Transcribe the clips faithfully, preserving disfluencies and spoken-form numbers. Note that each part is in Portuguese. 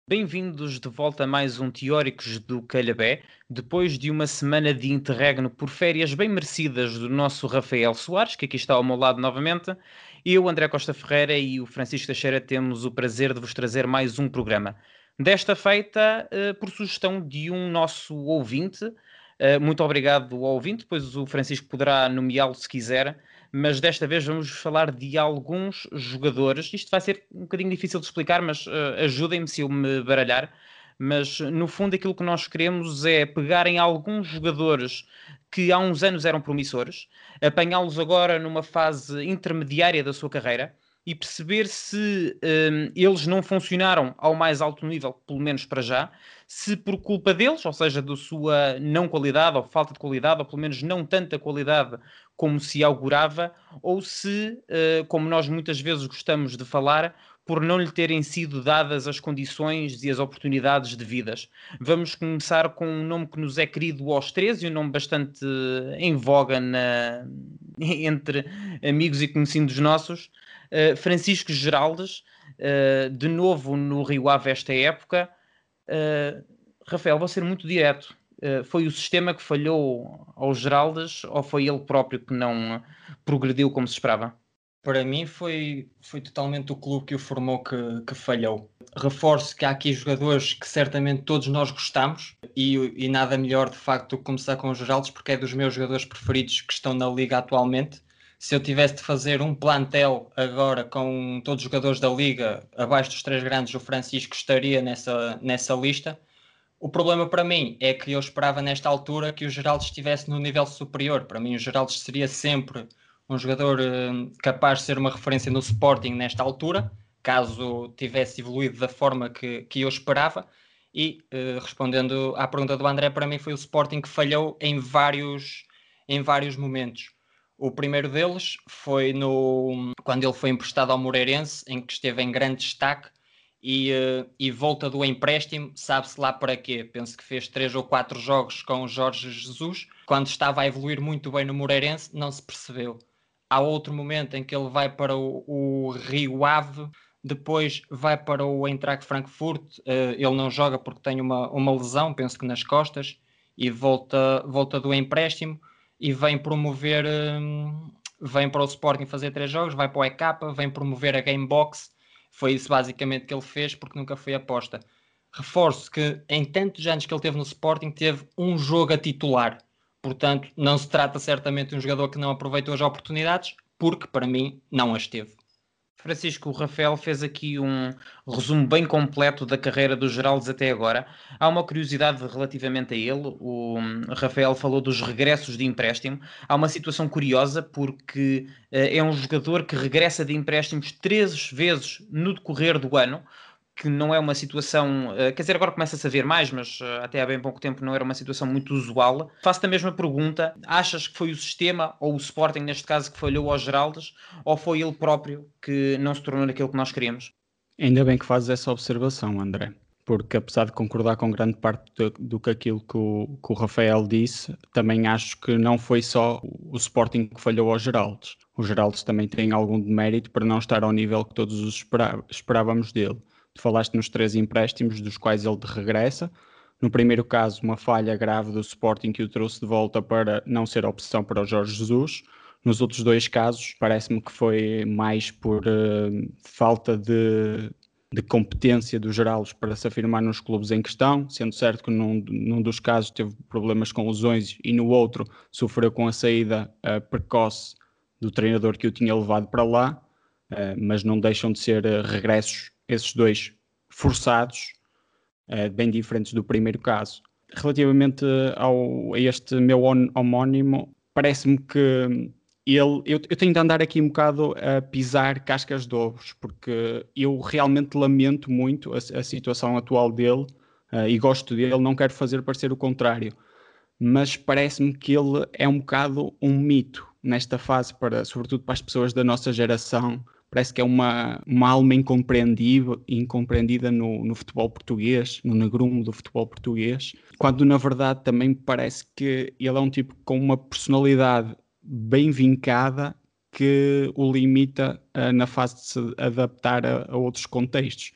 Bem-vindos de volta a mais um Teóricos do Calhabé. Depois de uma semana de interregno por férias bem merecidas do nosso Rafael Soares, que aqui está ao meu lado novamente, eu, André Costa Ferreira e o Francisco Teixeira temos o prazer de vos trazer mais um programa. Desta feita, eh, por sugestão de um nosso ouvinte. Eh, muito obrigado ao ouvinte, depois o Francisco poderá nomeá-lo se quiser, mas desta vez vamos falar de alguns jogadores. Isto vai ser um bocadinho difícil de explicar, mas uh, ajudem-me se eu me baralhar. Mas no fundo, aquilo que nós queremos é pegar em alguns jogadores que há uns anos eram promissores, apanhá-los agora numa fase intermediária da sua carreira e perceber se um, eles não funcionaram ao mais alto nível, pelo menos para já, se por culpa deles, ou seja, da sua não qualidade ou falta de qualidade, ou pelo menos não tanta qualidade como se augurava, ou se, uh, como nós muitas vezes gostamos de falar, por não lhe terem sido dadas as condições e as oportunidades devidas. Vamos começar com um nome que nos é querido aos três e um nome bastante em voga na... entre amigos e conhecidos nossos, uh, Francisco Geraldes, uh, de novo no Rio Ave esta época. Uh, Rafael, vou ser muito direto. Uh, foi o sistema que falhou aos Geraldes ou foi ele próprio que não progrediu como se esperava? Para mim foi, foi totalmente o clube que o formou que, que falhou. Reforço que há aqui jogadores que certamente todos nós gostamos e, e nada melhor de facto do que começar com os Geraldes, porque é dos meus jogadores preferidos que estão na Liga atualmente. Se eu tivesse de fazer um plantel agora com todos os jogadores da Liga, abaixo dos três grandes, o Francisco estaria nessa, nessa lista. O problema para mim é que eu esperava nesta altura que o Geraldes estivesse no nível superior. Para mim o Geraldes seria sempre um jogador uh, capaz de ser uma referência no Sporting nesta altura, caso tivesse evoluído da forma que, que eu esperava. E uh, respondendo à pergunta do André, para mim foi o Sporting que falhou em vários, em vários momentos. O primeiro deles foi no, quando ele foi emprestado ao Moreirense, em que esteve em grande destaque, e, uh, e volta do empréstimo, sabe-se lá para quê. Penso que fez três ou quatro jogos com o Jorge Jesus. Quando estava a evoluir muito bem no Moreirense, não se percebeu. Há outro momento em que ele vai para o, o Rio Ave, depois vai para o Eintracht Frankfurt. Uh, ele não joga porque tem uma, uma lesão, penso que nas costas, e volta, volta do empréstimo e vem promover, um, vem para o Sporting fazer três jogos, vai para o E K, vem promover a Gamebox. Foi isso basicamente que ele fez, porque nunca foi aposta. Reforço que em tantos anos que ele teve no Sporting, teve um jogo a titular. Portanto, não se trata certamente de um jogador que não aproveitou as oportunidades, porque para mim não as teve. Francisco, o Rafael fez aqui um resumo bem completo da carreira dos Geraldes até agora. Há uma curiosidade relativamente a ele. O Rafael falou dos regressos de empréstimo. Há uma situação curiosa porque uh, é um jogador que regressa de empréstimos três vezes no decorrer do ano, que não é uma situação, uh, quer dizer, agora começa-se a ver mais, mas uh, até há bem pouco tempo não era uma situação muito usual. Faço-te a mesma pergunta: achas que foi o sistema, ou o Sporting neste caso, que falhou aos Geraldes, ou foi ele próprio que não se tornou naquilo que nós queríamos? Ainda bem que fazes essa observação, André, porque apesar de concordar com grande parte do, do que aquilo que o, que o Rafael disse, também acho que não foi só o Sporting que falhou aos Geraldes. Os Geraldes também têm algum demérito para não estar ao nível que todos os esperá- esperávamos dele. Tu falaste nos três empréstimos dos quais ele regressa. No primeiro caso, uma falha grave do Sporting que o trouxe de volta para não ser opção para o Jorge Jesus. Nos outros dois casos, parece-me que foi mais por uh, falta de, de competência dos Geraldes para se afirmar nos clubes em questão, sendo certo que num, num dos casos teve problemas com lesões e no outro sofreu com a saída uh, precoce do treinador que o tinha levado para lá, uh, mas não deixam de ser uh, regressos, esses dois forçados, uh, bem diferentes do primeiro caso. Relativamente ao, a este meu homónimo, parece-me que ele, eu, eu tenho de andar aqui um bocado a pisar cascas de ovos, porque eu realmente lamento muito a, a situação atual dele uh, e gosto dele, não quero fazer parecer o contrário, mas parece-me que ele é um bocado um mito nesta fase, para, sobretudo para as pessoas da nossa geração. Parece que é uma, uma alma incompreendida, incompreendida no, no futebol português, no negrume do futebol português, quando na verdade também parece que ele é um tipo com uma personalidade bem vincada que o limita uh, na fase de se adaptar a, a outros contextos.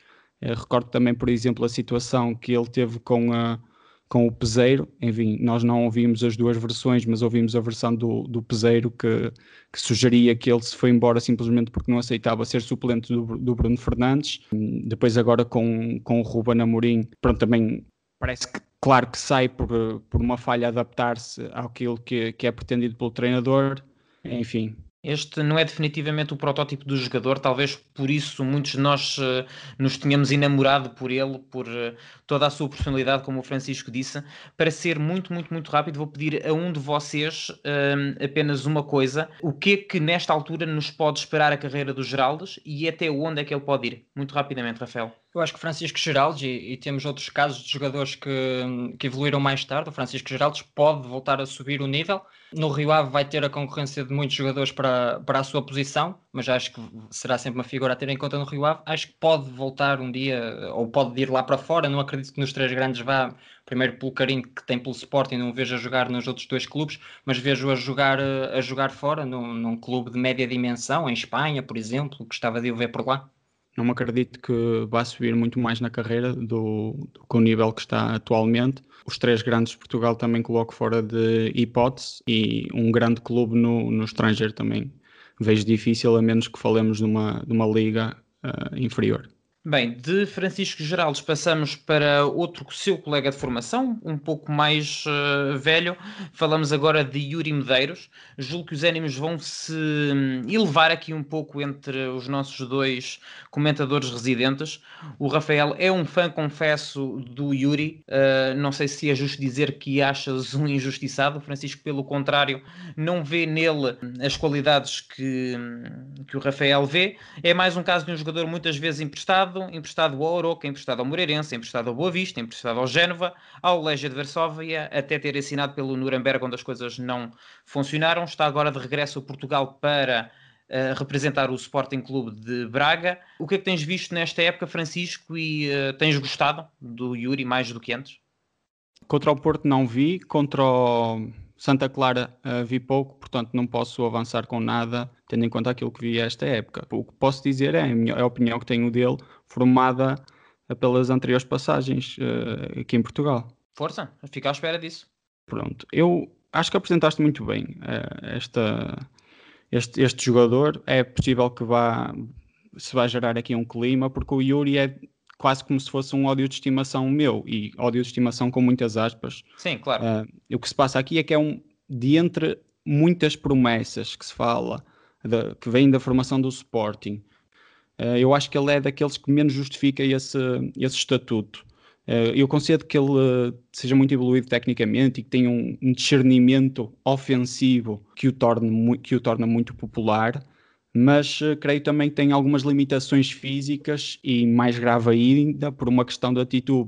Eu recordo também, por exemplo, a situação que ele teve com, a, com o Peseiro. Enfim, nós não ouvimos as duas versões, mas ouvimos a versão do, do Peseiro que, que sugeria que ele se foi embora simplesmente porque não aceitava ser suplente do, do Bruno Fernandes. Depois agora com, com o Ruben Amorim, pronto, também parece que, claro que sai por, por uma falha adaptar-se àquilo que, que é pretendido pelo treinador. Enfim. Este não é definitivamente o protótipo do jogador, talvez por isso muitos de nós uh, nos tenhamos enamorado por ele, por uh, toda a sua personalidade, como o Francisco disse. Para ser muito, muito, muito rápido, vou pedir a um de vocês uh, apenas uma coisa. O que é que nesta altura nos pode esperar a carreira do Geraldes e até onde é que ele pode ir? Muito rapidamente, Rafael. Eu acho que Francisco Geraldes, e, e temos outros casos de jogadores que, que evoluíram mais tarde, o Francisco Geraldes pode voltar a subir o nível. No Rio Ave vai ter a concorrência de muitos jogadores para, para a sua posição, mas acho que será sempre uma figura a ter em conta no Rio Ave. Acho que pode voltar um dia, ou pode ir lá para fora. Não acredito que nos três grandes vá, primeiro pelo carinho que tem pelo Sporting, não o vejo a jogar nos outros dois clubes, mas vejo a jogar, a jogar fora, num, num clube de média dimensão, em Espanha, por exemplo. Gostava de o ver por lá. Não me acredito que vá subir muito mais na carreira do, do que o nível que está atualmente. Os três grandes de Portugal também coloco fora de hipótese, e um grande clube no, no estrangeiro também vejo difícil, a menos que falemos de uma, de uma liga uh, inferior. Bem, de Francisco Geraldes passamos para outro seu colega de formação, um pouco mais uh, velho. Falamos agora de Yuri Medeiros. Julgo que os ânimos vão se elevar aqui um pouco entre os nossos dois comentadores residentes. O Rafael é um fã, confesso, do Yuri. Uh, não sei se é justo dizer que achas um injustiçado. O Francisco, pelo contrário, não vê nele as qualidades que, que o Rafael vê. É mais um caso de um jogador muitas vezes emprestado, emprestado ao Oroca, emprestado ao Moreirense, emprestado ao Boa Vista, emprestado ao Génova, ao Legia de Varsóvia, até ter assinado pelo Nuremberg, onde as coisas não funcionaram. Está agora de regresso a Portugal para uh, representar o Sporting Clube de Braga. O que é que tens visto nesta época, Francisco, e uh, tens gostado do Yuri mais do que antes? Contra o Porto não vi, contra o Santa Clara uh, vi pouco, portanto não posso avançar com nada, tendo em conta aquilo que vi esta época. O que posso dizer é a, minha, é a opinião que tenho dele, formada uh, pelas anteriores passagens uh, aqui em Portugal. Força, fica à espera disso. Pronto, eu acho que apresentaste muito bem uh, esta, este, este jogador. É possível que vá, se vai gerar aqui um clima, porque o Yuri é quase como se fosse um ódio de estimação meu, e ódio de estimação com muitas aspas. Sim, claro. Uh, o que se passa aqui é que é um, de entre muitas promessas que se fala, de, que vêm da formação do Sporting, uh, eu acho que ele é daqueles que menos justifica esse, esse estatuto. Uh, eu concedo que ele uh, seja muito evoluído tecnicamente e que tenha um, um discernimento ofensivo que o, torne, que o torna muito popular, mas uh, creio também que tem algumas limitações físicas e, mais grave ainda, por uma questão de atitude,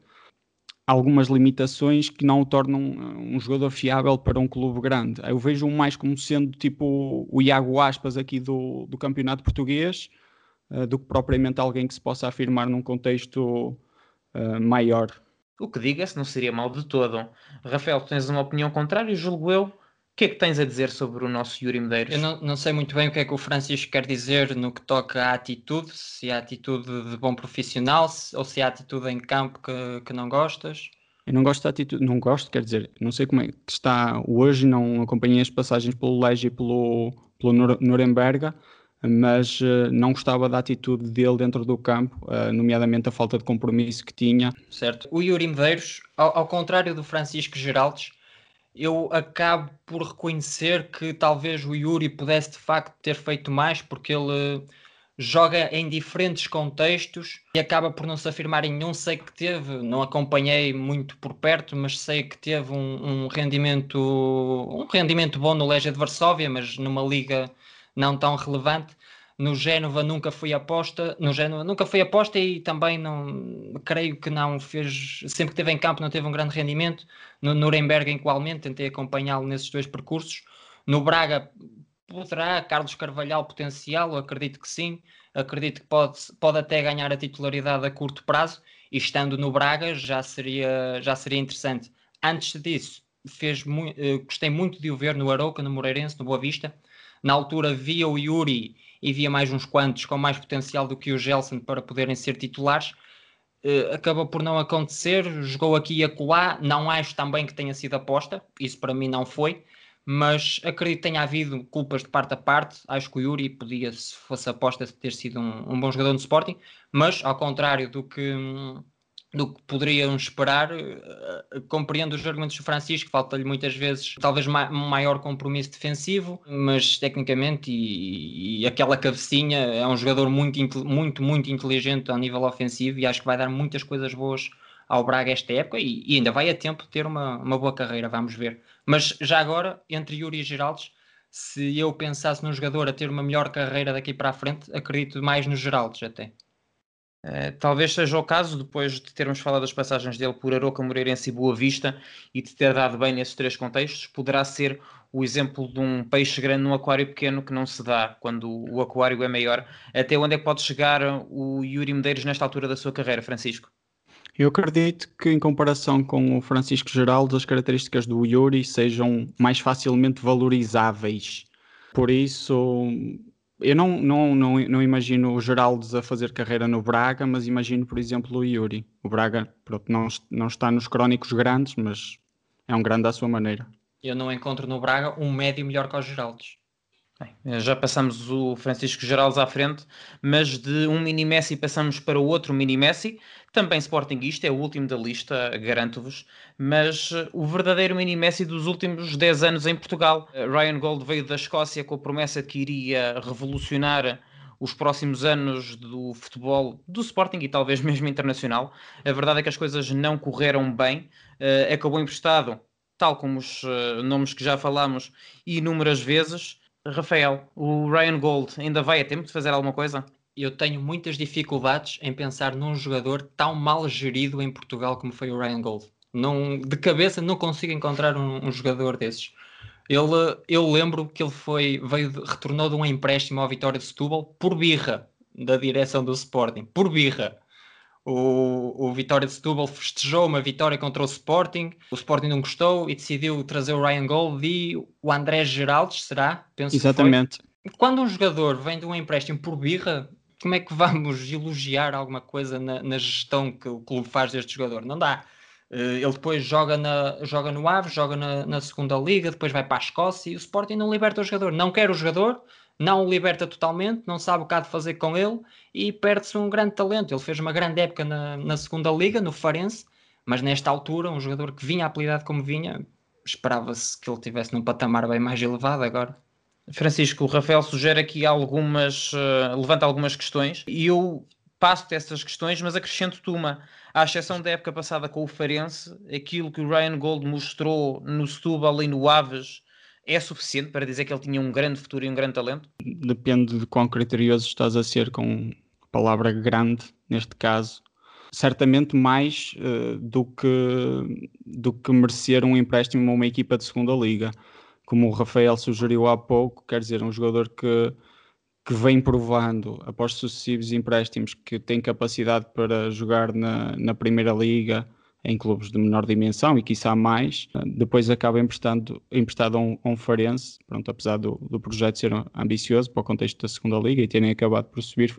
algumas limitações que não o tornam um jogador fiável para um clube grande. Eu vejo-o mais como sendo tipo o Iago Aspas aqui do, do campeonato português, uh, do que propriamente alguém que se possa afirmar num contexto uh, maior. O que diga-se não seria mal de todo. Rafael, tens uma opinião contrária, julgo eu. O que é que tens a dizer sobre o nosso Yuri Medeiros? Eu não, não sei muito bem o que é que o Francisco quer dizer no que toca à atitude, se é a atitude de bom profissional se, ou se é a atitude em campo que, que não gostas. Eu não gosto da atitude, não gosto, quer dizer, não sei como é que está hoje, não acompanhei as passagens pelo Legia e pelo, pelo Nuremberg, mas uh, não gostava da atitude dele dentro do campo, uh, nomeadamente a falta de compromisso que tinha. Certo. O Yuri Medeiros, ao, ao contrário do Francisco Geraldes, eu acabo por reconhecer que talvez o Yuri pudesse de facto ter feito mais, porque ele joga em diferentes contextos e acaba por não se afirmar em nenhum. Sei que teve, não acompanhei muito por perto, mas sei que teve um, um rendimento um rendimento bom no Legia de Varsóvia, mas numa liga não tão relevante. No Génova nunca foi aposta, no Génova nunca foi aposta e também não, creio que não fez, sempre que esteve em campo não teve um grande rendimento. No Nuremberg igualmente, tentei acompanhá-lo nesses dois percursos. No Braga poderá, Carlos Carvalhal potencial, acredito que sim, acredito que pode, pode até ganhar a titularidade a curto prazo, e estando no Braga já seria, já seria interessante. Antes disso, fez mu- eh, gostei muito de o ver no Arouca, no Moreirense, no Boa Vista. Na altura via o Yuri e via mais uns quantos com mais potencial do que o Gelson para poderem ser titulares, uh, acabou por não acontecer, jogou aqui e acolá, não acho também que tenha sido aposta, isso para mim não foi, mas acredito que tenha havido culpas de parte a parte, acho que o Yuri podia, se fosse aposta, ter sido um, um bom jogador no Sporting, mas ao contrário do que... do que poderiam esperar, uh, compreendo os argumentos do Francisco, falta-lhe muitas vezes talvez ma- um maior compromisso defensivo, mas tecnicamente e, e aquela cabecinha é um jogador muito, muito, muito inteligente ao nível ofensivo e acho que vai dar muitas coisas boas ao Braga esta época e, e ainda vai a tempo de ter uma, uma boa carreira, vamos ver. Mas já agora, entre Yuri e Geraldes, se eu pensasse num jogador a ter uma melhor carreira daqui para a frente, acredito mais no Geraldes até. Uh, talvez seja o caso, depois de termos falado das passagens dele por Aroca, Moreirense e Boa Vista e de ter dado bem nesses três contextos, poderá ser o exemplo de um peixe grande num aquário pequeno que não se dá quando o aquário é maior. Até onde é que pode chegar o Yuri Medeiros nesta altura da sua carreira, Francisco? Eu acredito que em comparação com o Francisco Geraldo, as características do Yuri sejam mais facilmente valorizáveis. Por isso, eu não, não, não, não imagino o Geraldes a fazer carreira no Braga, mas imagino, por exemplo, o Yuri. O Braga pronto, não, não está nos crónicos grandes, mas é um grande à sua maneira. Eu não encontro no Braga um médio melhor que o Geraldes. Bem, já passamos o Francisco Geraldes à frente, mas de um mini Messi passamos para o outro mini Messi, também sportinguista, é o último da lista, garanto-vos, mas uh, o verdadeiro mini Messi dos últimos dez anos em Portugal. Uh, Ryan Gold veio da Escócia com a promessa de que iria revolucionar os próximos anos do futebol do Sporting e talvez mesmo internacional. A verdade é que as coisas não correram bem, uh, acabou emprestado, tal como os uh, nomes que já falámos, inúmeras vezes. Rafael, o Ryan Gold ainda vai a tempo de fazer alguma coisa? Eu tenho muitas dificuldades em pensar num jogador tão mal gerido em Portugal como foi o Ryan Gold. Não, de cabeça não consigo encontrar um, um jogador desses. Ele, eu lembro que ele foi, veio, de- retornou de um empréstimo ao Vitória de Setúbal por birra da direção do Sporting. Por birra. O, o Vitória de Setúbal festejou uma vitória contra o Sporting. O Sporting não gostou e decidiu trazer o Ryan Gold e o André Geraldes, será? Penso Exatamente. que foi. Quando um jogador vem de um empréstimo por birra, como é que vamos elogiar alguma coisa na, na gestão que o clube faz deste jogador? Não dá. Uh, ele depois joga, na, joga no Aves, joga na, na segunda liga, depois vai para a Escócia e o Sporting não liberta o jogador. Não quer o jogador, não o liberta totalmente, não sabe o que há de fazer com ele e perde-se um grande talento. Ele fez uma grande época na, na segunda liga, no Farense, mas nesta altura, um jogador que vinha apelidado como vinha, esperava-se que ele estivesse num patamar bem mais elevado agora. Francisco, o Rafael sugere aqui algumas, uh, levanta algumas questões e eu passo-te essas questões, mas acrescento-te uma. À exceção da época passada com o Farense, aquilo que o Ryan Gold mostrou no Setúbal e no Aves é suficiente para dizer que ele tinha um grande futuro e um grande talento? Depende de quão criterioso estás a ser com a palavra grande, neste caso. Certamente mais uh, do, que, do que merecer um empréstimo a uma equipa de segunda liga. Como o Rafael sugeriu há pouco, quer dizer, um jogador que, que vem provando, após sucessivos empréstimos, que tem capacidade para jogar na, na primeira liga, em clubes de menor dimensão e quiçá mais, depois acaba emprestando, emprestado a um, a um Farense, pronto, apesar do, do projeto ser ambicioso para o contexto da segunda liga e terem acabado por subir,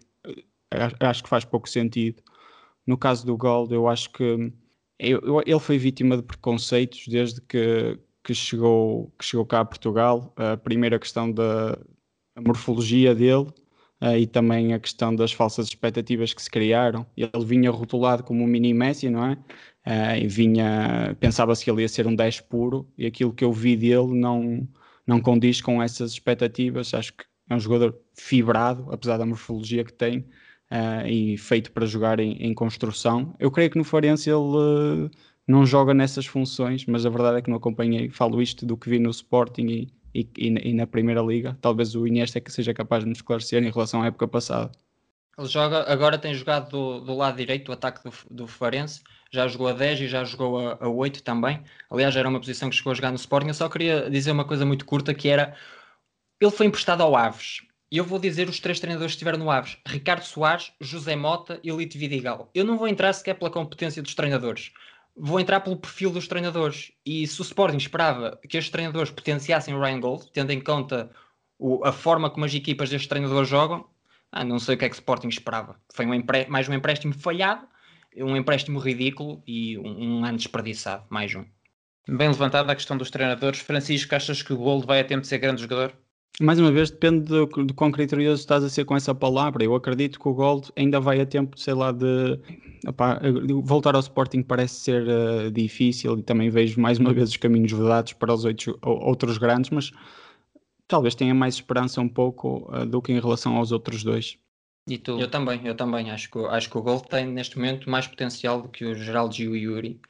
acho que faz pouco sentido. No caso do Gold, eu acho que eu, eu, ele foi vítima de preconceitos desde que, que, chegou, que chegou cá a Portugal. A primeira questão da morfologia dele uh, e também a questão das falsas expectativas que se criaram. Ele vinha rotulado como um mini Messi, não é? Uh, e vinha, pensava-se que ele ia ser um dez puro e aquilo que eu vi dele não, não condiz com essas expectativas. Acho que é um jogador fibrado, apesar da morfologia que tem. Uh, e feito para jogar em, em construção. Eu creio que no Farense ele uh, não joga nessas funções, mas a verdade é que não acompanhei, falo isto do que vi no Sporting e, e, e na Primeira Liga. Talvez o Iniesta é que seja capaz de me esclarecer em relação à época passada. Ele joga, agora tem jogado do, do lado direito, o ataque do, do Farense, já jogou a dez e já jogou a, a oito também. Aliás, era uma posição que chegou a jogar no Sporting. Eu só queria dizer uma coisa muito curta, que era, ele foi emprestado ao Aves. E eu vou dizer os três treinadores que estiveram no Aves: Ricardo Soares, José Mota e Lito Vidigal. Eu não vou entrar sequer pela competência dos treinadores. Vou entrar pelo perfil dos treinadores. E se o Sporting esperava que estes treinadores potenciassem o Ryan Gold, tendo em conta o, a forma como as equipas destes treinadores jogam, ah, não sei o que é que o Sporting esperava. Foi um empre... mais um empréstimo falhado. um empréstimo ridículo e um, um ano desperdiçado, mais um. Bem levantada a questão dos treinadores. Francisco, achas que o Gold vai a tempo de ser grande jogador? Mais uma vez, depende do, do quão criterioso estás a ser com essa palavra. Eu acredito que o Gold ainda vai a tempo, sei lá, de... Opá, voltar ao Sporting parece ser uh, difícil e também vejo mais uma vez os caminhos vedados para os oito, outros grandes, mas talvez tenha mais esperança um pouco uh, do que em relação aos outros dois. E tu? Eu também, eu também. Acho que, acho que o Gold tem neste momento mais potencial do que o Geraldo e o Yuri.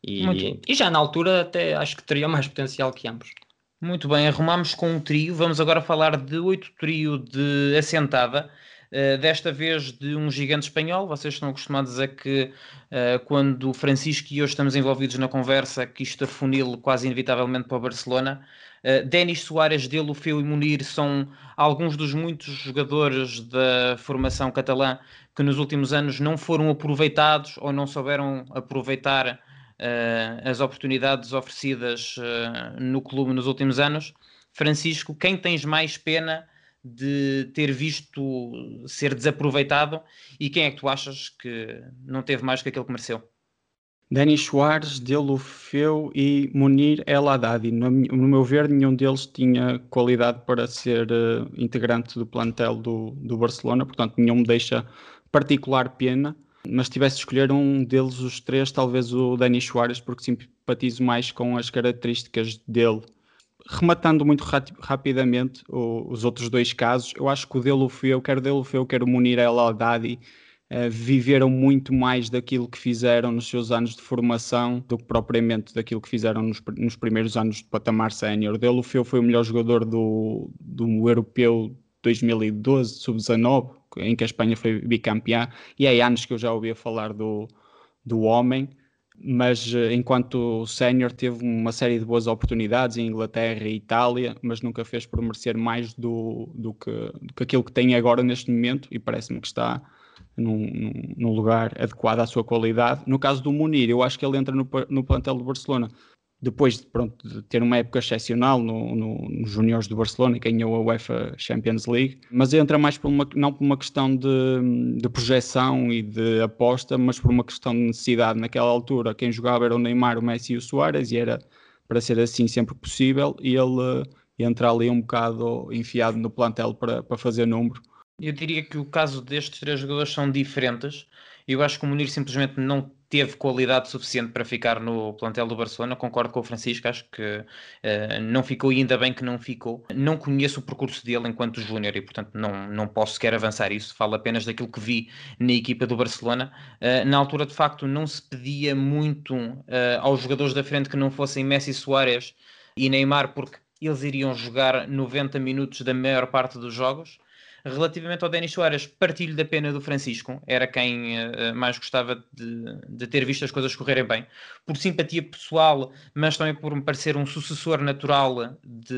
E, e já na altura até acho que teria mais potencial que ambos. Muito bem, arrumamos com um trio. Vamos agora falar de outro trio de assentada. Uh, desta vez de um gigante espanhol. Vocês estão acostumados a que uh, quando o Francisco e eu estamos envolvidos na conversa, que isto afunila quase inevitavelmente para o Barcelona. Uh, Denis Suárez, Deulofeu e Munir são alguns dos muitos jogadores da formação catalã que nos últimos anos não foram aproveitados ou não souberam aproveitar uh, as oportunidades oferecidas uh, no clube nos últimos anos. Francisco, quem tens mais pena de ter visto ser desaproveitado e quem é que tu achas que não teve mais que aquele que mereceu? Denis Suárez, Deulofeu e Munir El Haddadi. No, no meu ver, nenhum deles tinha qualidade para ser uh, integrante do plantel do, do Barcelona, portanto nenhum me deixa particular pena, mas se tivesse de escolher um deles, os três, talvez o Denis Suárez, porque simpatizo mais com as características dele. Rematando muito rati- rapidamente o, os outros dois casos, eu acho que o Deulofeu, quer o Deulofeu, quer o Munir El Haddadi, uh, viveram muito mais daquilo que fizeram nos seus anos de formação do que propriamente daquilo que fizeram nos, nos primeiros anos de patamar sénior. O Deulofeu foi o melhor jogador do, do Europeu dois mil e doze, sub dezanove, em que a Espanha foi bicampeã, e há anos que eu já ouvia falar do, do homem. Mas enquanto sénior teve uma série de boas oportunidades em Inglaterra e Itália, mas nunca fez por merecer mais do, do, que, do que aquilo que tem agora neste momento, e parece-me que está num, num, num lugar adequado à sua qualidade. No caso do Munir, eu acho que ele entra no, no plantel do Barcelona depois de, pronto, de ter uma época excepcional no, no, nos juniores do Barcelona, que ganhou a UEFA Champions League, mas entra mais por uma, não por uma questão de, de projeção e de aposta, mas por uma questão de necessidade. Naquela altura, quem jogava era o Neymar, o Messi e o Suárez, e era para ser assim sempre que possível, e ele entra ali um bocado enfiado no plantel para, para fazer número. Eu diria que o caso destes três jogadores são diferentes. Eu acho que o Munir simplesmente não teve qualidade suficiente para ficar no plantel do Barcelona. Concordo com o Francisco, acho que uh, não ficou e ainda bem que não ficou. Não conheço o percurso dele enquanto júnior e, portanto, não, não posso sequer avançar isso. Falo apenas daquilo que vi na equipa do Barcelona. Uh, na altura, de facto, não se pedia muito uh, aos jogadores da frente que não fossem Messi, Suárez e Neymar, porque eles iriam jogar noventa minutos da maior parte dos jogos. Relativamente ao Denis Suárez, partilho da pena do Francisco, era quem uh, mais gostava de, de ter visto as coisas correrem bem, por simpatia pessoal, mas também por me parecer um sucessor natural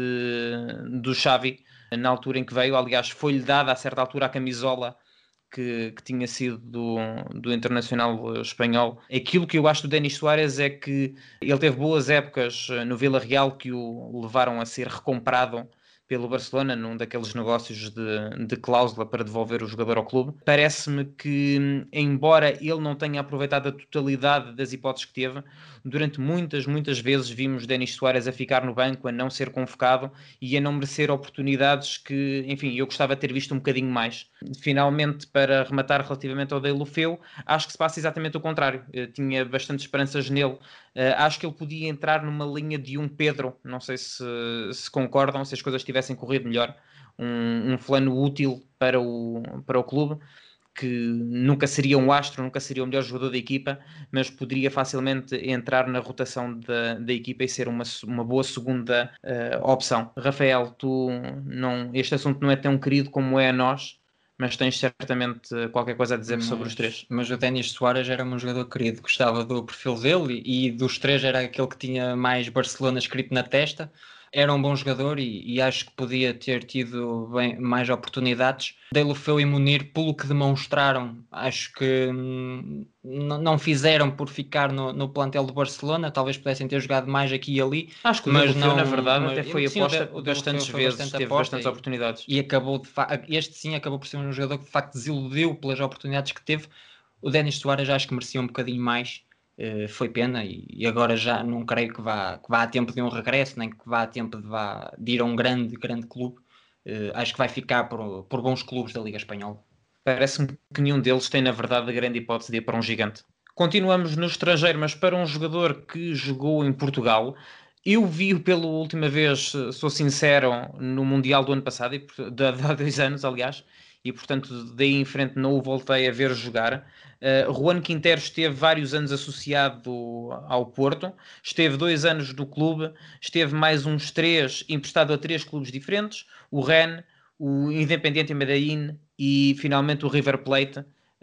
de, do Xavi, na altura em que veio. Aliás, foi-lhe dada a certa altura a camisola que, que tinha sido do, do Internacional espanhol. Aquilo que eu acho do Denis Suárez é que ele teve boas épocas no Villarreal que o levaram a ser recomprado pelo Barcelona, num daqueles negócios de, de cláusula para devolver o jogador ao clube. Parece-me que, embora ele não tenha aproveitado a totalidade das hipóteses que teve, durante muitas, muitas vezes vimos Denis Suárez a ficar no banco, a não ser convocado e a não merecer oportunidades que, enfim, eu gostava de ter visto um bocadinho mais. Finalmente, para rematar relativamente ao Deulofeu, acho que se passa exatamente o contrário. Eu tinha bastante esperanças nele. Uh, acho que ele podia entrar numa linha de um Pedro, não sei se, se concordam, se as coisas tivessem corrido melhor, um, um fulano útil para o, para o clube, que nunca seria um astro, nunca seria o melhor jogador da equipa, mas poderia facilmente entrar na rotação da, da equipa e ser uma, uma boa segunda uh, opção. Rafael, tu não, este assunto não é tão querido como é a nós, mas tens certamente qualquer coisa a dizer mas, sobre os três. Mas o Denis Suárez era um jogador querido, gostava do perfil dele e, e dos três era aquele que tinha mais Barcelona escrito na testa. Era um bom jogador e, e acho que podia ter tido bem, mais oportunidades. Deulofeu e Munir, pelo que demonstraram, acho que hum, não fizeram por ficar no, no plantel do Barcelona. Talvez pudessem ter jogado mais aqui e ali. Acho que o mas Deulofeu, não, na verdade, mas, até foi sim, aposta o bastantes foi vezes, bastante teve aposta bastantes e, oportunidades. E acabou de fa- este sim acabou por ser um jogador que de facto desiludiu pelas oportunidades que teve. O Denis Suárez acho que merecia um bocadinho mais, uh, foi pena, e, e agora já não creio que vá, que vá a tempo de um regresso, nem que vá a tempo de, vá, de ir a um grande, grande clube. Uh, acho que vai ficar por, por bons clubes da Liga Espanhola. Parece-me que nenhum deles tem, na verdade, a grande hipótese de ir para um gigante. Continuamos no estrangeiro, mas para um jogador que jogou em Portugal. Eu vi-o pela última vez, sou sincero, no Mundial do ano passado, e, de, de há dois anos, aliás, e portanto daí em frente não o voltei a ver jogar. Uh, Juan Quintero esteve vários anos associado ao Porto, esteve dois anos no clube, esteve mais uns três emprestado a três clubes diferentes, o Rennes, o Independiente Medellín e finalmente o River Plate.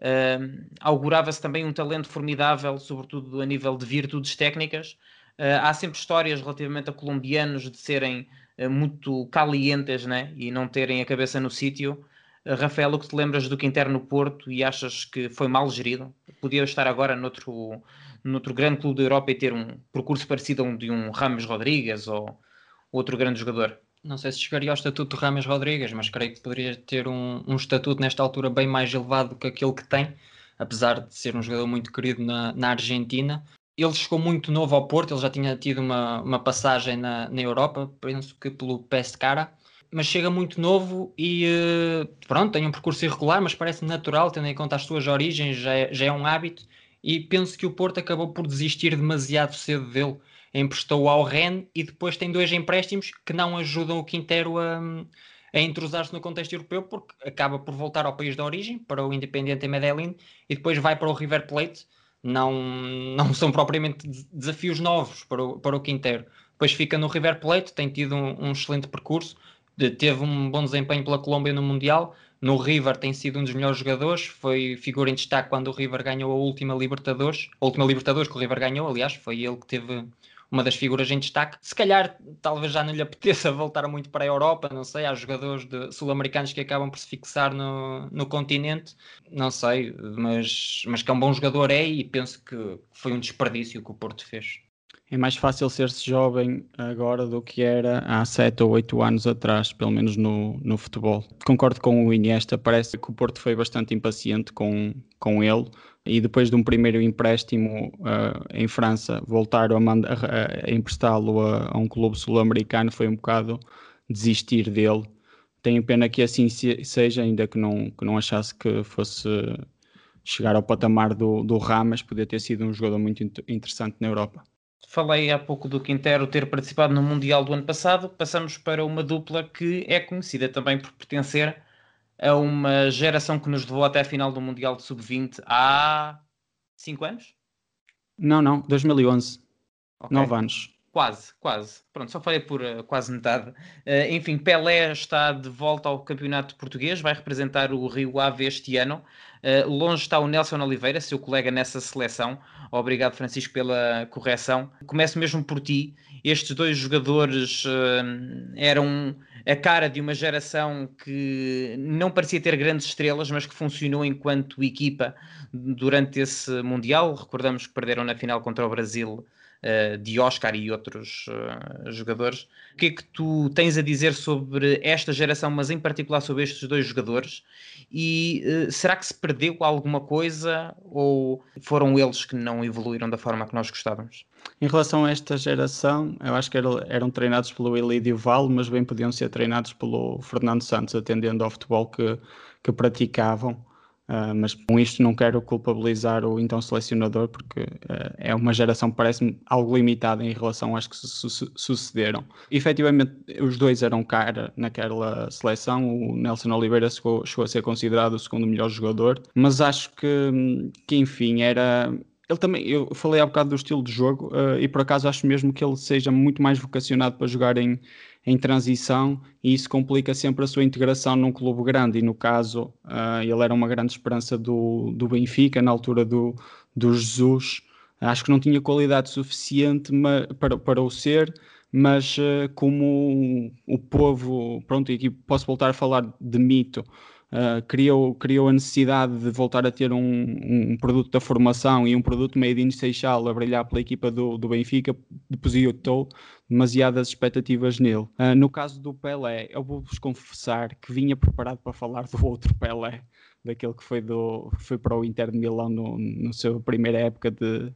Uh, augurava-se também um talento formidável, sobretudo a nível de virtudes técnicas. Uh, há sempre histórias relativamente a colombianos de serem uh, muito calientes, né? E não terem a cabeça no sítio. Uh, Rafael, o que te lembras do Quintero no Porto e achas que foi mal gerido? Podia estar agora noutro, noutro grande clube da Europa e ter um percurso parecido a um de um Rames Rodrigues ou outro grande jogador? Não sei se chegaria ao estatuto de Rames Rodrigues, mas creio que poderia ter um, um estatuto nesta altura bem mais elevado do que aquele que tem, apesar de ser um jogador muito querido na, na Argentina. Ele chegou muito novo ao Porto, ele já tinha tido uma, uma passagem na, na Europa, penso que pelo Pescara, mas chega muito novo e pronto, tem um percurso irregular, mas parece natural, tendo em conta as suas origens, já é, já é um hábito, e penso que o Porto acabou por desistir demasiado cedo dele. Emprestou ao Rennes e depois tem dois empréstimos que não ajudam o Quintero a, a entrosar-se no contexto europeu, porque acaba por voltar ao país de origem, para o Independiente Medellín, e depois vai para o River Plate. Não, não são propriamente desafios novos para o, para o Quintero. Depois fica no River Plate, tem tido um, um excelente percurso, de, teve um bom desempenho pela Colômbia no Mundial. No River tem sido um dos melhores jogadores, foi figura em destaque quando o River ganhou a última Libertadores, a última Libertadores que o River ganhou, aliás, foi ele que teve uma das figuras em destaque. Se calhar, talvez já não lhe apeteça voltar muito para a Europa, não sei, há jogadores sul-americanos que acabam por se fixar no, no continente, não sei, mas, mas que é um bom jogador é, e penso que foi um desperdício que o Porto fez. É mais fácil ser-se jovem agora do que era há sete ou oito anos atrás, pelo menos no, no futebol. Concordo com o Iniesta, parece que o Porto foi bastante impaciente com, com ele, e depois de um primeiro empréstimo uh, em França, voltar a, manda, a, a emprestá-lo a, a um clube sul-americano foi um bocado desistir dele. Tenho pena que assim se, seja, ainda que não, que não achasse que fosse chegar ao patamar do, do Rames, podia ter sido um jogador muito interessante na Europa. Falei há pouco do Quintero ter participado no Mundial do ano passado. Passamos para uma dupla que é conhecida também por pertencer a uma geração que nos levou até a final do Mundial de sub vinte há cinco anos? Não, não, dois mil e onze. Okay. nove anos. Quase, quase. Pronto, só falei por uh, quase metade. Uh, enfim, Pelé está de volta ao campeonato português, vai representar o Rio Ave este ano. Uh, longe está o Nelson Oliveira, seu colega nessa seleção. Obrigado, Francisco, pela correção. Começo mesmo por ti. Estes dois jogadores uh, eram a cara de uma geração que não parecia ter grandes estrelas, mas que funcionou enquanto equipa durante esse Mundial. Recordamos que perderam na final contra o Brasil, Uh, de Oscar e outros uh, jogadores. O que é que tu tens a dizer sobre esta geração, mas em particular sobre estes dois jogadores? E uh, será que se perdeu alguma coisa ou foram eles que não evoluíram da forma que nós gostávamos? Em relação a esta geração, eu acho que eram, eram treinados pelo Elídio Val, mas bem podiam ser treinados pelo Fernando Santos, atendendo ao futebol que, que praticavam. Uh, mas com isto não quero culpabilizar o então selecionador, porque uh, é uma geração que parece-me algo limitada em relação às que su- su- sucederam. E, efetivamente, os dois eram cara naquela seleção. O Nelson Oliveira chegou, chegou a ser considerado o segundo melhor jogador, mas acho que, que enfim, era... Ele também, eu falei há bocado do estilo de jogo, uh, e por acaso acho mesmo que ele seja muito mais vocacionado para jogar em, em transição, e isso complica sempre a sua integração num clube grande, e no caso uh, ele era uma grande esperança do, do Benfica na altura do, do Jesus. Acho que não tinha qualidade suficiente ma, para, para o ser, mas uh, como o, o povo, pronto, e aqui posso voltar a falar de mito, uh, criou, criou a necessidade de voltar a ter um, um produto da formação e um produto made in Seixal a brilhar pela equipa do, do Benfica, depositou demasiadas expectativas nele. Uh, no caso do Pelé, eu vou-vos confessar que vinha preparado para falar do outro Pelé, daquele que foi, do, foi para o Inter de Milão no, no sua primeira época de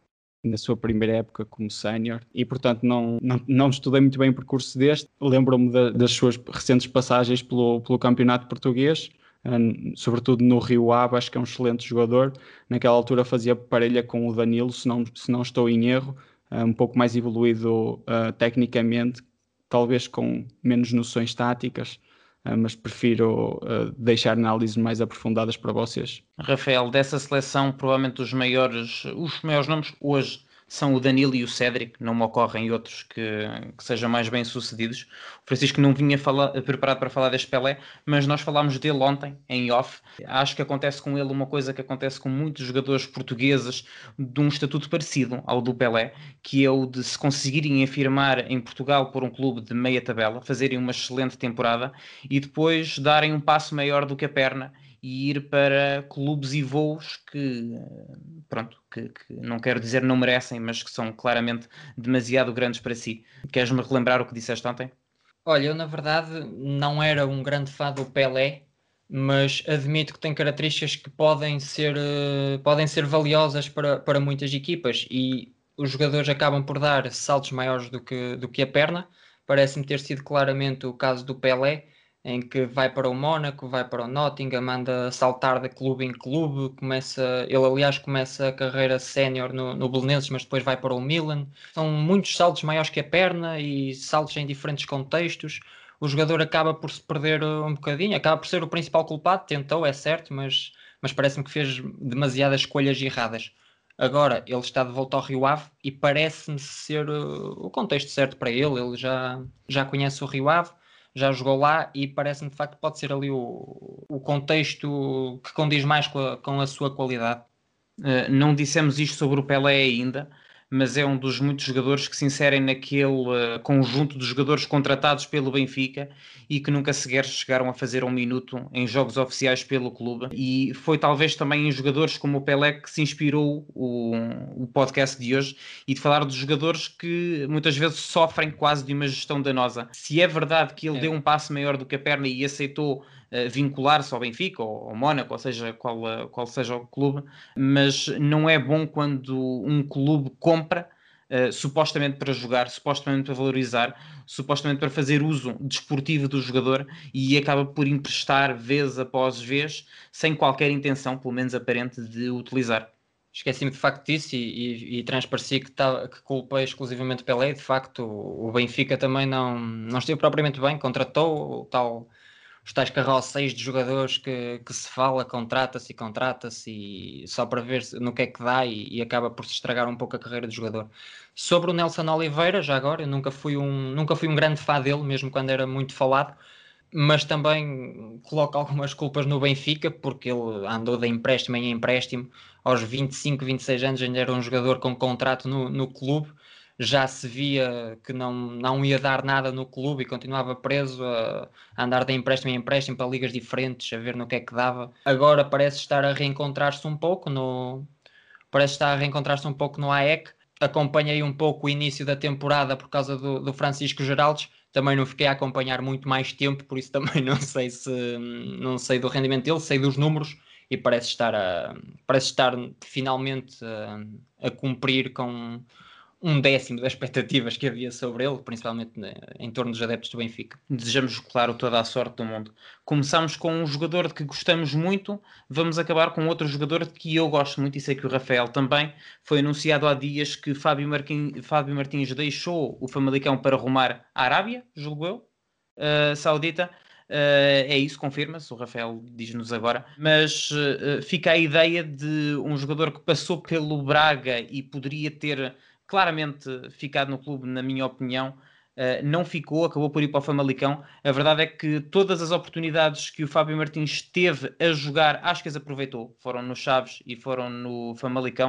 na sua primeira época como sénior e portanto não, não, não estudei muito bem o percurso deste. Lembro-me da, das suas recentes passagens pelo, pelo campeonato português, um, sobretudo no Rio Ave. Acho que é um excelente jogador. Naquela altura fazia parelha com o Danilo, se não, se não estou em erro, um pouco mais evoluído uh, tecnicamente, talvez com menos noções táticas. Uh, mas prefiro uh, deixar análises mais aprofundadas para vocês. Rafael, dessa seleção, provavelmente os maiores, os maiores nomes hoje são o Danilo e o Cédric, não me ocorrem outros que, que sejam mais bem sucedidos. O Francisco não vinha falar, preparado para falar deste Pelé, mas nós falámos dele ontem, em off. Acho que acontece com ele uma coisa que acontece com muitos jogadores portugueses de um estatuto parecido ao do Pelé, que é o de se conseguirem afirmar em Portugal por um clube de meia tabela, fazerem uma excelente temporada e depois darem um passo maior do que a perna e ir para clubes e voos que, pronto, que, que não quero dizer não merecem, mas que são claramente demasiado grandes para si. Queres-me relembrar o que disseste ontem? Olha, eu na verdade não era um grande fã do Pelé, mas admito que tem características que podem ser, uh, podem ser valiosas para, para muitas equipas e os jogadores acabam por dar saltos maiores do que, do que a perna. Parece-me ter sido claramente o caso do Pelé, em que vai para o Mónaco, vai para o Nottingham, anda a saltar de clube em clube, começa, ele aliás começa a carreira sénior no, no Belenenses, mas depois vai para o Milan. São muitos saltos maiores que a perna e saltos em diferentes contextos. O jogador acaba por se perder um bocadinho, acaba por ser o principal culpado, tentou, é certo, mas, mas parece-me que fez demasiadas escolhas erradas. Agora ele está de volta ao Rio Ave e parece-me ser uh, o contexto certo para ele, ele já, já conhece o Rio Ave, já jogou lá e parece-me de facto que pode ser ali o, o contexto que condiz mais com a, com a sua qualidade. Uh, não dissemos isto sobre o Pelé ainda, mas é um dos muitos jogadores que se inserem naquele uh, conjunto de jogadores contratados pelo Benfica e que nunca sequer chegaram a fazer um minuto em jogos oficiais pelo clube. E foi talvez também em jogadores como o Pelé que se inspirou o, o podcast de hoje e de falar dos jogadores que muitas vezes sofrem quase de uma gestão danosa. Se é verdade que ele é. deu um passo maior do que a perna e aceitou uh, vincular-se ao Benfica ou ao Mónaco, ou seja, qual, uh, qual seja o clube, mas não é bom quando um clube compra uh, supostamente para jogar, supostamente para valorizar, supostamente para fazer uso desportivo do jogador e acaba por emprestar vez após vez sem qualquer intenção, pelo menos aparente, de utilizar. Esqueci-me de facto disso e, e, e transpareci que, tá, que culpei exclusivamente Pelé. De facto, o, o Benfica também não, não esteve propriamente bem, contratou o tal... os tais carrosséis de jogadores que, que se fala, contrata-se e contrata-se e só para ver no que é que dá e, e acaba por se estragar um pouco a carreira do jogador. Sobre o Nelson Oliveira, já agora, eu nunca fui um, nunca fui um grande fã dele, mesmo quando era muito falado, mas também coloco algumas culpas no Benfica, porque ele andou de empréstimo em empréstimo, aos vinte e cinco, vinte e seis anos ainda era um jogador com contrato no, no clube, já se via que não, não ia dar nada no clube e continuava preso a, a andar de empréstimo em empréstimo para ligas diferentes, a ver no que é que dava. Agora parece estar a reencontrar-se um pouco no parece estar a reencontrar-se um pouco no A E C. Acompanhei um pouco o início da temporada por causa do, do Francisco Geraldes, também não fiquei a acompanhar muito mais tempo, por isso também não sei se não sei do rendimento dele, sei dos números e parece estar a, parece estar finalmente a, a cumprir com um décimo das expectativas que havia sobre ele, principalmente em torno dos adeptos do Benfica. Desejamos, claro, toda a sorte do mundo. Começamos com um jogador de que gostamos muito, vamos acabar com outro jogador de que eu gosto muito e sei que o Rafael também. Foi anunciado há dias que Fábio, Marquinhos, Fábio Martins deixou o Famalicão para rumar à Arábia, julgo eu, uh, Saudita. Uh, é isso, confirma-se, o Rafael diz-nos agora, mas uh, fica a ideia de um jogador que passou pelo Braga e poderia ter claramente ficado no clube, na minha opinião, uh, não ficou, acabou por ir para o Famalicão. A verdade é que todas as oportunidades que o Fábio Martins teve a jogar, acho que as aproveitou, foram no Chaves e foram no Famalicão.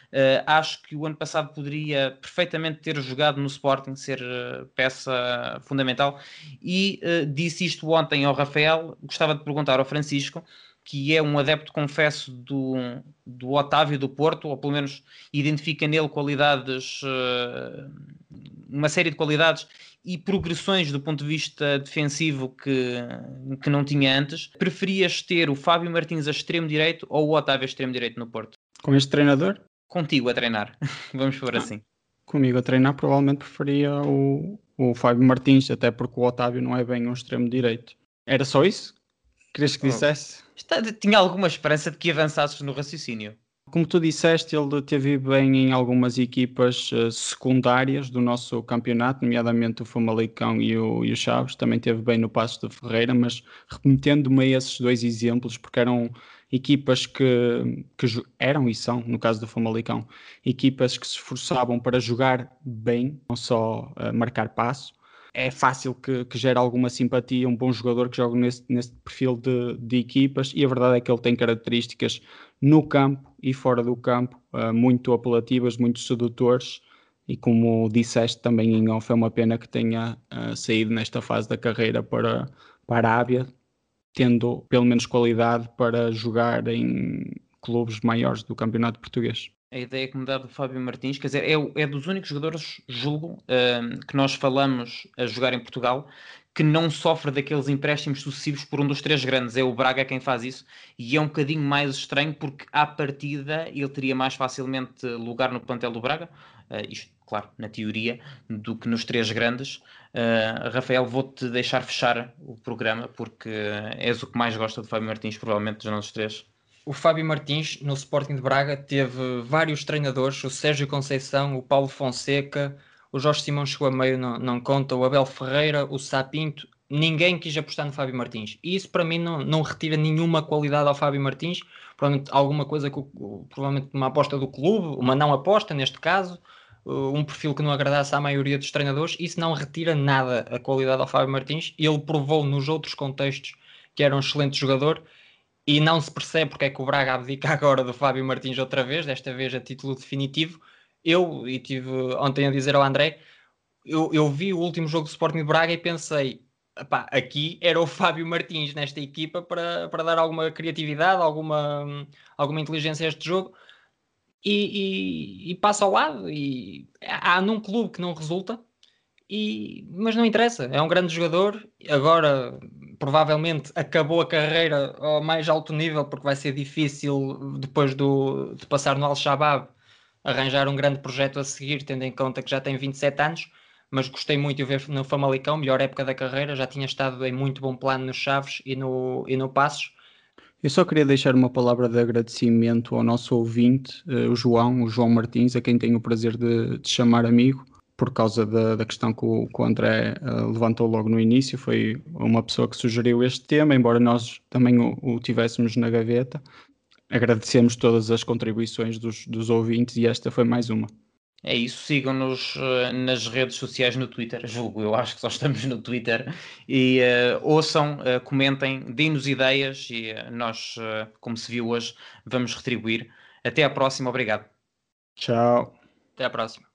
Uh, acho que o ano passado poderia perfeitamente ter jogado no Sporting, ser uh, peça fundamental, e uh, disse isto ontem ao Rafael. Gostava de perguntar ao Francisco, que é um adepto, confesso, do, do Otávio do Porto, ou pelo menos identifica nele qualidades, uh, uma série de qualidades e progressões do ponto de vista defensivo que, que não tinha antes. Preferias ter o Fábio Martins a extremo-direito ou o Otávio a extremo-direito no Porto? Com este treinador? Contigo a treinar, vamos por assim. Ah, comigo a treinar provavelmente preferia o, o Fábio Martins, até porque o Otávio não é bem um extremo-direito. Era só isso? Querias que dissesse? Oh, está, tinha alguma esperança de que avançasses no raciocínio. Como tu disseste, ele teve bem em algumas equipas uh, secundárias do nosso campeonato, nomeadamente o Famalicão e o, e o Chaves. Também teve bem no Paços de Ferreira, mas remetendo-me a esses dois exemplos, porque eram equipas que, que eram e são, no caso do Famalicão, equipas que se esforçavam para jogar bem, não só uh, marcar passo. É fácil que, que gere alguma simpatia um bom jogador que joga nesse, nesse perfil de, de equipas, e a verdade é que ele tem características no campo e fora do campo uh, muito apelativas, muito sedutores, e como disseste também em off, é uma pena que tenha uh, saído nesta fase da carreira para, para a Arábia, tendo pelo menos qualidade para jogar em clubes maiores do campeonato português. A ideia que me dá do Fábio Martins, quer dizer, é, é dos únicos jogadores, julgo, uh, que nós falamos a jogar em Portugal, que não sofre daqueles empréstimos sucessivos por um dos três grandes. É o Braga quem faz isso, e é um bocadinho mais estranho porque, à partida, ele teria mais facilmente lugar no plantel do Braga, uh, isto, claro, na teoria, do que nos três grandes. Uh, Rafael, vou-te deixar fechar o programa, porque és o que mais gosta do Fábio Martins, provavelmente, dos nossos três. O Fábio Martins, no Sporting de Braga, teve vários treinadores, o Sérgio Conceição, o Paulo Fonseca, o Jorge Simão chegou a meio, não, não conta, o Abel Ferreira, o Sapinto, ninguém quis apostar no Fábio Martins. E isso para mim não, não retira nenhuma qualidade ao Fábio Martins, provavelmente alguma coisa que, provavelmente uma aposta do clube, uma não aposta neste caso, um perfil que não agradasse à maioria dos treinadores. Isso não retira nada a qualidade ao Fábio Martins. Ele provou nos outros contextos que era um excelente jogador. E não se percebe porque é que o Braga abdica agora do Fábio Martins outra vez, desta vez a título definitivo. Eu, e tive ontem a dizer ao André, eu, eu vi o último jogo do Sporting de Braga e pensei, epá, aqui era o Fábio Martins nesta equipa para, para dar alguma criatividade, alguma, alguma inteligência a este jogo. E, e, e passa ao lado. E há num clube que não resulta, e, mas não interessa, é um grande jogador. Agora provavelmente acabou a carreira ao mais alto nível, porque vai ser difícil depois do, de passar no Al-Shabaab arranjar um grande projeto a seguir, tendo em conta que já tem vinte e sete anos. Mas gostei muito de o ver no Famalicão, melhor época da carreira, já tinha estado em muito bom plano nos Chaves e no, e no Paços. Eu só queria deixar uma palavra de agradecimento ao nosso ouvinte, o João, o João Martins, a quem tenho o prazer de, de chamar amigo, por causa da, da questão que o, que o André uh, levantou logo no início. Foi uma pessoa que sugeriu este tema, embora nós também o, o tivéssemos na gaveta. Agradecemos todas as contribuições dos, dos ouvintes e esta foi mais uma. É isso, sigam-nos uh, nas redes sociais, no Twitter, julgo, eu acho que só estamos no Twitter, e uh, ouçam, uh, comentem, deem-nos ideias e uh, nós, uh, como se viu hoje, vamos retribuir. Até à próxima, obrigado. Tchau. Até à próxima.